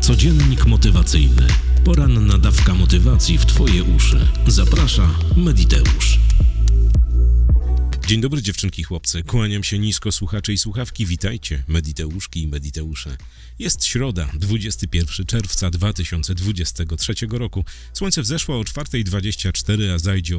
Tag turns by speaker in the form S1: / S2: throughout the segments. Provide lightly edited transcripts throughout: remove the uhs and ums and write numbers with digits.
S1: Codziennik motywacyjny. Poranna dawka motywacji w Twoje uszy. Zaprasza Mediteusz. Dzień dobry dziewczynki i chłopcy. Kłaniam się nisko, słuchacze i słuchawki. Witajcie, Mediteuszki i Mediteusze. Jest środa, 21 czerwca 2023 roku. Słońce wzeszło o 4:24, a zajdzie o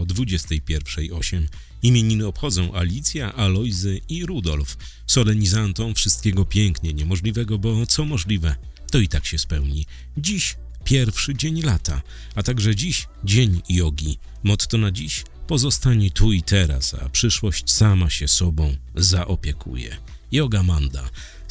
S1: 21:08. Imieniny obchodzą Alicja, Alojzy i Rudolf. Solenizantom wszystkiego pięknie niemożliwego, bo co możliwe, to i tak się spełni. Dziś pierwszy dzień lata, a także dziś dzień jogi. Motto na dziś: pozostanie tu i teraz, a przyszłość sama się sobą zaopiekuje. Yoga Manda,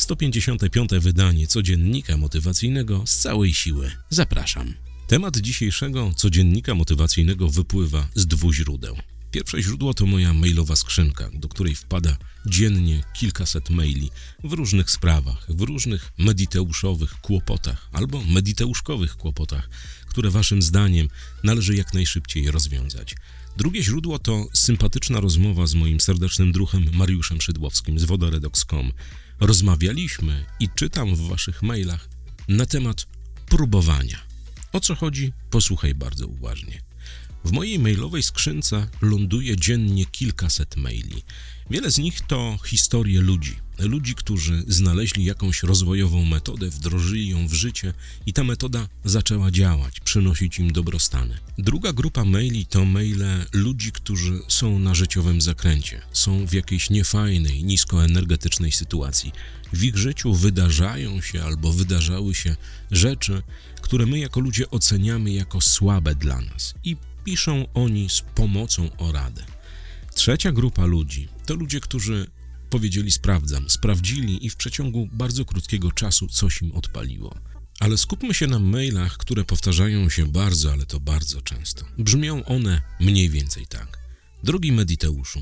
S1: 155. wydanie codziennika motywacyjnego z całej siły. Zapraszam. Temat dzisiejszego codziennika motywacyjnego wypływa z 2 źródeł. Pierwsze źródło to moja mailowa skrzynka, do której wpada dziennie kilkaset maili w różnych sprawach, w różnych mediteuszowych kłopotach albo mediteuszkowych kłopotach, które waszym zdaniem należy jak najszybciej rozwiązać. Drugie źródło to sympatyczna rozmowa z moim serdecznym druhem Mariuszem Szydłowskim z wodoredox.com. Rozmawialiśmy i czytam w waszych mailach na temat próbowania. O co chodzi? Posłuchaj bardzo uważnie. W mojej mailowej skrzynce ląduje dziennie kilkaset maili. Wiele z nich to historie ludzi, którzy znaleźli jakąś rozwojową metodę, wdrożyli ją w życie i ta metoda zaczęła działać, przynosić im dobrostany. Druga grupa maili to maile ludzi, którzy są na życiowym zakręcie, są w jakiejś niefajnej, niskoenergetycznej sytuacji. W ich życiu wydarzają się albo wydarzały się rzeczy, które my jako ludzie oceniamy jako słabe dla nas i piszą oni z pomocą o radę. Trzecia grupa ludzi to ludzie, którzy powiedzieli sprawdzili i w przeciągu bardzo krótkiego czasu coś im odpaliło. Ale skupmy się na mailach, które powtarzają się bardzo, ale to bardzo często. Brzmią one mniej więcej tak. Drogi Mediteuszu,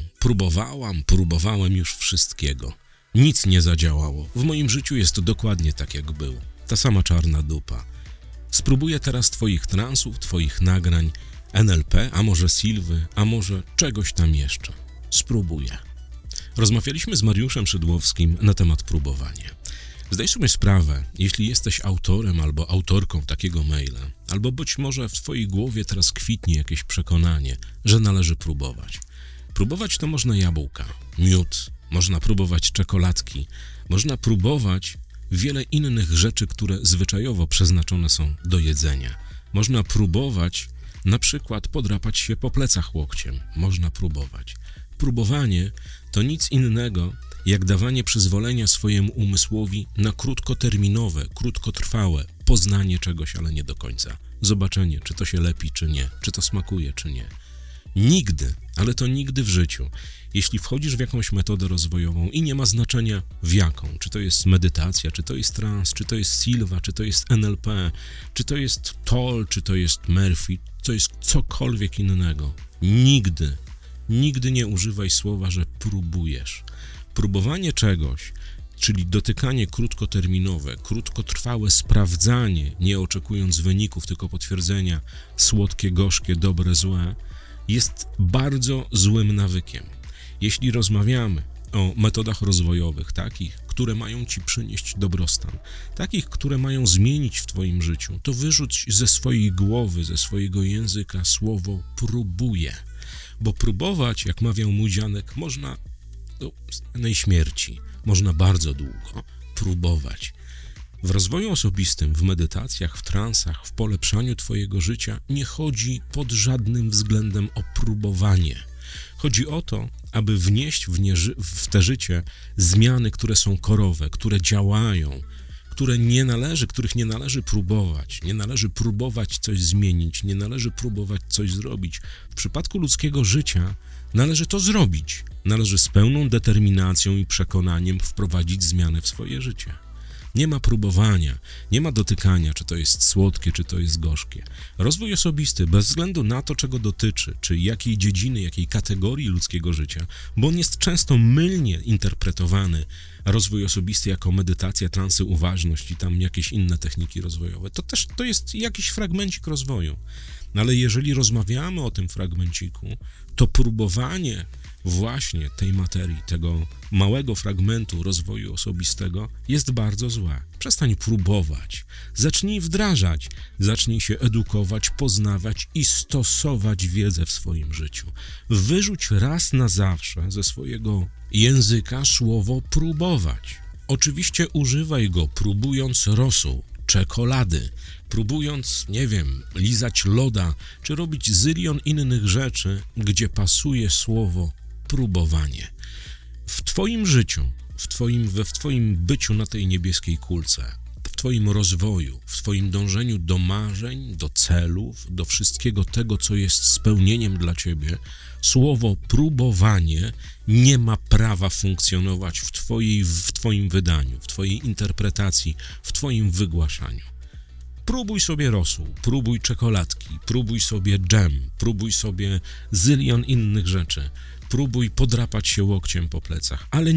S1: próbowałem już wszystkiego. Nic nie zadziałało. W moim życiu jest to dokładnie tak, jak było. Ta sama czarna dupa. Spróbuję teraz twoich transów, twoich nagrań, NLP, a może Silwy, a może czegoś tam jeszcze. Spróbuję. Rozmawialiśmy z Mariuszem Szydłowskim na temat próbowania. Zdaj sobie sprawę, jeśli jesteś autorem albo autorką takiego maila, albo być może w twojej głowie teraz kwitnie jakieś przekonanie, że należy próbować. Próbować to można jabłka, miód, można próbować czekoladki, można próbować wiele innych rzeczy, które zwyczajowo przeznaczone są do jedzenia. Można próbować na przykład podrapać się po plecach łokciem. Można próbować. Próbowanie to nic innego jak dawanie przyzwolenia swojemu umysłowi na krótkoterminowe, krótkotrwałe poznanie czegoś, ale nie do końca. Zobaczenie, czy to się lepi, czy nie, czy to smakuje, czy nie. Nigdy, ale to nigdy w życiu, jeśli wchodzisz w jakąś metodę rozwojową i nie ma znaczenia w jaką, czy to jest medytacja, czy to jest trans, czy to jest Silva, czy to jest NLP, czy to jest Toll, czy to jest Murphy, to jest cokolwiek innego. Nigdy nie używaj słowa, że próbujesz. Próbowanie czegoś, czyli dotykanie krótkoterminowe, krótkotrwałe sprawdzanie, nie oczekując wyników, tylko potwierdzenia, słodkie, gorzkie, dobre, złe, jest bardzo złym nawykiem. Jeśli rozmawiamy o metodach rozwojowych, takich, które mają ci przynieść dobrostan, takich, które mają zmienić w twoim życiu, to wyrzuć ze swojej głowy, ze swojego języka słowo próbuję. Bo próbować, jak mawiał mój dziadek, można do samej śmierci, można bardzo długo próbować. W rozwoju osobistym, w medytacjach, w transach, w polepszaniu twojego życia nie chodzi pod żadnym względem o próbowanie. Chodzi o to, aby wnieść w te życie zmiany, które są korowe, które działają, których nie należy próbować. Nie należy próbować coś zmienić, nie należy próbować coś zrobić. W przypadku ludzkiego życia należy to zrobić. Należy z pełną determinacją i przekonaniem wprowadzić zmianę w swoje życie. Nie ma próbowania, nie ma dotykania, czy to jest słodkie, czy to jest gorzkie. Rozwój osobisty, bez względu na to, czego dotyczy, czy jakiej dziedziny, jakiej kategorii ludzkiego życia, bo on jest często mylnie interpretowany, rozwój osobisty jako medytacja, transy, uważność i tam jakieś inne techniki rozwojowe. To jest jakiś fragmencik rozwoju. No ale jeżeli rozmawiamy o tym fragmenciku, to próbowanie właśnie tej materii, tego małego fragmentu rozwoju osobistego jest bardzo złe. Przestań próbować, zacznij wdrażać, zacznij się edukować, poznawać i stosować wiedzę w swoim życiu. Wyrzuć raz na zawsze ze swojego języka słowo próbować. Oczywiście używaj go, próbując rosół, czekolady, próbując, lizać loda, czy robić zylion innych rzeczy, gdzie pasuje słowo próbowanie. W twoim życiu, w twoim byciu na tej niebieskiej kulce, w twoim rozwoju, w twoim dążeniu do marzeń, do celów, do wszystkiego tego, co jest spełnieniem dla ciebie, słowo próbowanie nie ma prawa funkcjonować w twoim wydaniu, w twojej interpretacji, w twoim wygłaszaniu. Próbuj sobie rosół, próbuj czekoladki, próbuj sobie dżem, próbuj sobie zylion innych rzeczy, próbuj podrapać się łokciem po plecach, ale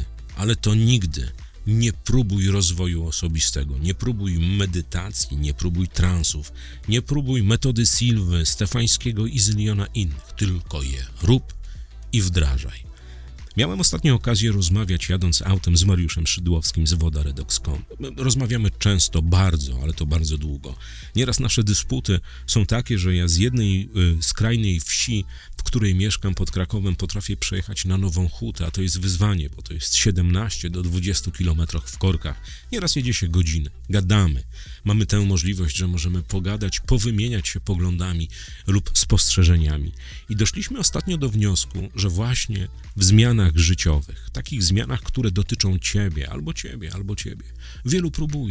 S1: nigdy nie próbuj rozwoju osobistego, nie próbuj medytacji, nie próbuj transów, nie próbuj metody Silwy, Stefańskiego i zyliona innych, tylko je rób i wdrażaj. Miałem ostatnio okazję rozmawiać jadąc autem z Mariuszem Szydłowskim z wodaredox.com. Rozmawiamy często, bardzo, ale to bardzo długo. Nieraz nasze dysputy są takie, że ja z jednej skrajnej wsi, w której mieszkam pod Krakowem, potrafię przejechać na Nową Hutę, a to jest wyzwanie, bo to jest 17 do 20 kilometrów w korkach. Nieraz jedzie się godzinę, gadamy. Mamy tę możliwość, że możemy pogadać, powymieniać się poglądami lub spostrzeżeniami. I doszliśmy ostatnio do wniosku, że właśnie w zmianach życiowych, takich zmianach, które dotyczą ciebie, albo ciebie, wielu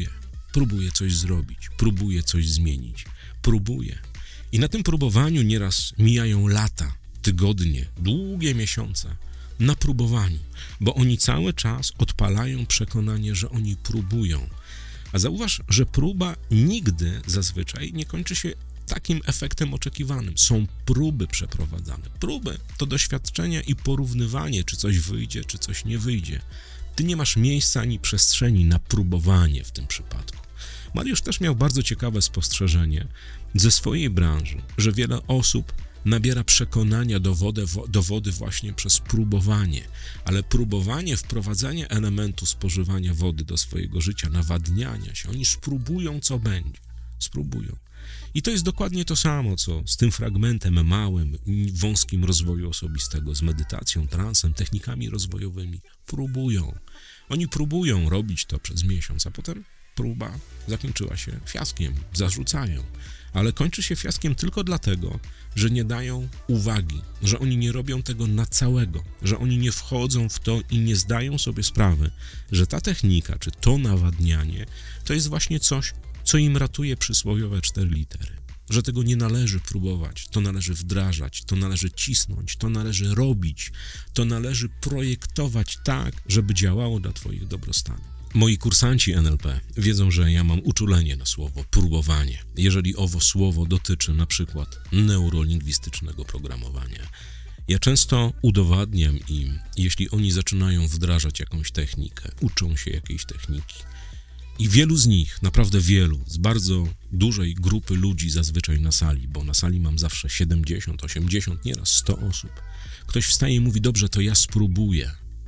S1: próbuje coś zrobić, próbuje coś zmienić, próbuje. I na tym próbowaniu nieraz mijają lata, tygodnie, długie miesiące na próbowaniu, bo oni cały czas odpalają przekonanie, że oni próbują. A zauważ, że próba nigdy zazwyczaj nie kończy się takim efektem oczekiwanym. Są próby przeprowadzane. Próby to doświadczenie i porównywanie, czy coś wyjdzie, czy coś nie wyjdzie. Ty nie masz miejsca ani przestrzeni na próbowanie w tym przypadku. Mariusz też miał bardzo ciekawe spostrzeżenie ze swojej branży, że wiele osób nabiera przekonania do wody właśnie przez próbowanie, ale próbowanie, wprowadzanie elementu spożywania wody do swojego życia, nawadniania się, oni spróbują, co będzie. Spróbują. I to jest dokładnie to samo, co z tym fragmentem małym, wąskim rozwoju osobistego, z medytacją, transem, technikami rozwojowymi. Próbują. Oni próbują robić to przez miesiąc, a potem próba zakończyła się fiaskiem, zarzucają. Ale kończy się fiaskiem tylko dlatego, że nie dają uwagi, że oni nie robią tego na całego, że oni nie wchodzą w to i nie zdają sobie sprawy, że ta technika, czy to nawadnianie, to jest właśnie coś, co im ratuje przysłowiowe 4 litery. Że tego nie należy próbować, to należy wdrażać, to należy cisnąć, to należy robić, to należy projektować tak, żeby działało dla twoich dobrostanów. Moi kursanci NLP wiedzą, że ja mam uczulenie na słowo próbowanie, jeżeli owo słowo dotyczy na przykład neurolingwistycznego programowania. Ja często udowadniam im, jeśli oni zaczynają wdrażać jakąś technikę, uczą się jakiejś techniki, i wielu z nich, naprawdę wielu, z bardzo dużej grupy ludzi zazwyczaj na sali, bo na sali mam zawsze 70, 80, nieraz 100 osób. Ktoś wstaje i mówi, dobrze, to ja spróbuję.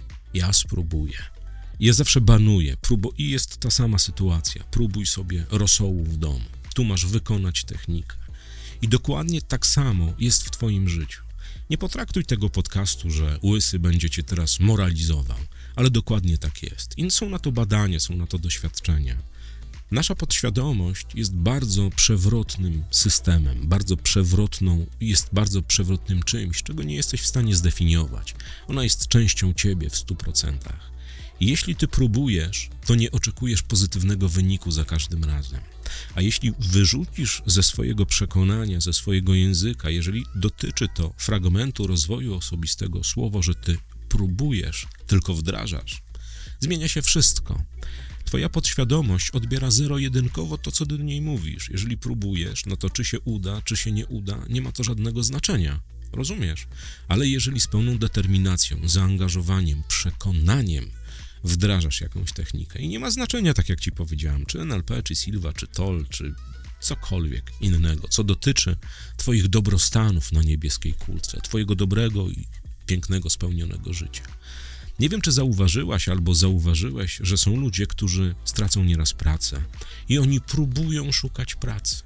S1: Ja zawsze banuję i jest ta sama sytuacja. Próbuj sobie rosołu w domu. Tu masz wykonać technikę. I dokładnie tak samo jest w twoim życiu. Nie potraktuj tego podcastu, że Łysy będzie cię teraz moralizował, ale dokładnie tak jest. I są na to badania, są na to doświadczenia. Nasza podświadomość jest bardzo przewrotnym systemem, jest bardzo przewrotnym czymś, czego nie jesteś w stanie zdefiniować. Ona jest częścią ciebie w 100%. I jeśli ty próbujesz, to nie oczekujesz pozytywnego wyniku za każdym razem. A jeśli wyrzucisz ze swojego przekonania, ze swojego języka, jeżeli dotyczy to fragmentu rozwoju osobistego słowo, że ty próbujesz, tylko wdrażasz, zmienia się wszystko. Twoja podświadomość odbiera zero-jedynkowo to, co do niej mówisz. Jeżeli próbujesz, no to czy się uda, czy się nie uda, nie ma to żadnego znaczenia. Rozumiesz? Ale jeżeli z pełną determinacją, zaangażowaniem, przekonaniem wdrażasz jakąś technikę i nie ma znaczenia, tak jak ci powiedziałem, czy NLP, czy Silva, czy TOL, czy cokolwiek innego, co dotyczy twoich dobrostanów na niebieskiej kulce, twojego dobrego i pięknego, spełnionego życia. Nie wiem, czy zauważyłaś albo zauważyłeś, że są ludzie, którzy stracą nieraz pracę i oni próbują szukać pracy.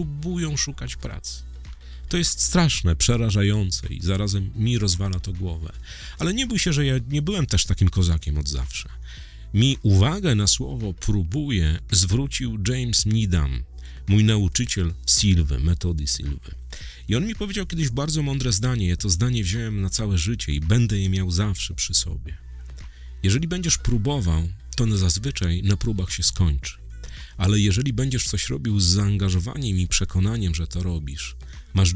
S1: To jest straszne, przerażające i zarazem mi rozwala to głowę. Ale nie bój się, że ja nie byłem też takim kozakiem od zawsze. Mi uwagę na słowo próbuje zwrócił James Needham, mój nauczyciel Silwy, metody Silwy. I on mi powiedział kiedyś bardzo mądre zdanie, ja to zdanie wziąłem na całe życie i będę je miał zawsze przy sobie. Jeżeli będziesz próbował, to zazwyczaj na próbach się skończy. Ale jeżeli będziesz coś robił z zaangażowaniem i przekonaniem, że to robisz, masz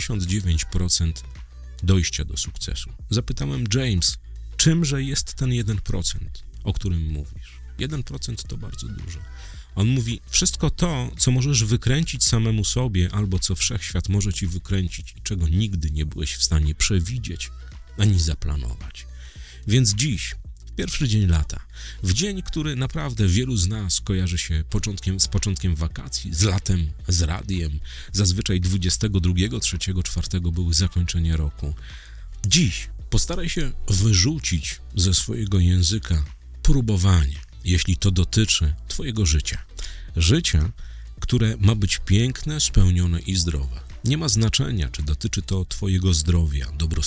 S1: 99% dojścia do sukcesu. Zapytałem James, czymże jest ten 1%, o którym mówisz? 1% to bardzo dużo. On mówi, wszystko to, co możesz wykręcić samemu sobie, albo co wszechświat może ci wykręcić i czego nigdy nie byłeś w stanie przewidzieć, ani zaplanować. Więc dziś, w pierwszy dzień lata, w dzień, który naprawdę wielu z nas kojarzy się z początkiem wakacji, z latem, z radiem, zazwyczaj 22, 3, 4 były zakończenie roku. Dziś postaraj się wyrzucić ze swojego języka próbowanie, jeśli to dotyczy twojego życia. Życia, które ma być piękne, spełnione i zdrowe. Nie ma znaczenia, czy dotyczy to twojego zdrowia,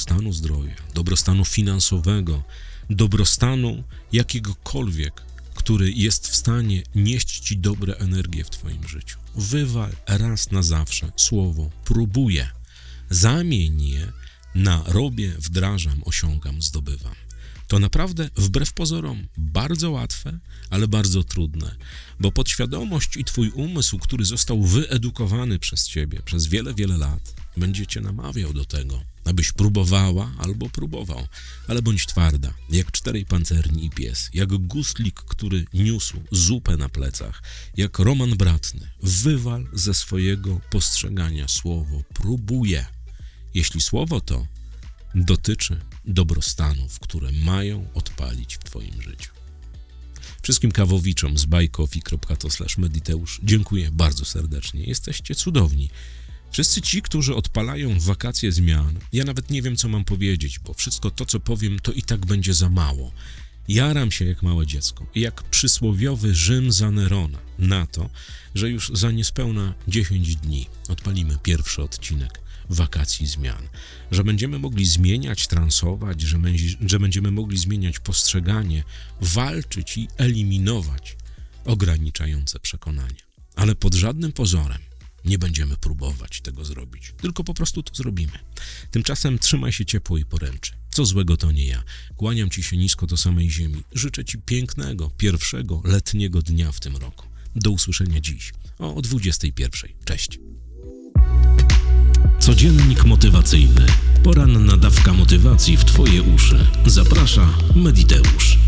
S1: dobrostanu finansowego, dobrostanu jakiegokolwiek, który jest w stanie nieść ci dobre energie w twoim życiu. Wywal raz na zawsze słowo próbuję. Zamień je na robię, wdrażam, osiągam, zdobywam. To naprawdę, wbrew pozorom, bardzo łatwe, ale bardzo trudne, bo podświadomość i twój umysł, który został wyedukowany przez ciebie przez wiele, wiele lat, będzie cię namawiał do tego, abyś próbowała albo próbował, ale bądź twarda, jak 4 pancerni i pies, jak gustlik, który niósł zupę na plecach, jak Roman Bratny. Wywal ze swojego postrzegania słowo próbuję. Jeśli słowo to dotyczy dobrostanów, które mają odpalić w twoim życiu. Wszystkim kawowiczom z buycoffee.to/mediteusz dziękuję bardzo serdecznie. Jesteście cudowni. Wszyscy ci, którzy odpalają wakacje zmian, ja nawet nie wiem, co mam powiedzieć, bo wszystko to, co powiem, to i tak będzie za mało. Jaram się jak małe dziecko i jak przysłowiowy Rzym za Nerona na to, że już za niespełna 10 dni odpalimy pierwszy odcinek wakacji zmian, że będziemy mogli zmieniać, transować, że będziemy mogli zmieniać postrzeganie, walczyć i eliminować ograniczające przekonania. Ale pod żadnym pozorem nie będziemy próbować tego zrobić, tylko po prostu to zrobimy. Tymczasem trzymaj się ciepło i poręczy. Co złego to nie ja. Kłaniam ci się nisko do samej ziemi. Życzę ci pięknego, pierwszego letniego dnia w tym roku. Do usłyszenia dziś o 21:00. Cześć. Codziennik motywacyjny. Poranna dawka motywacji w twoje uszy. Zaprasza Mediteusz.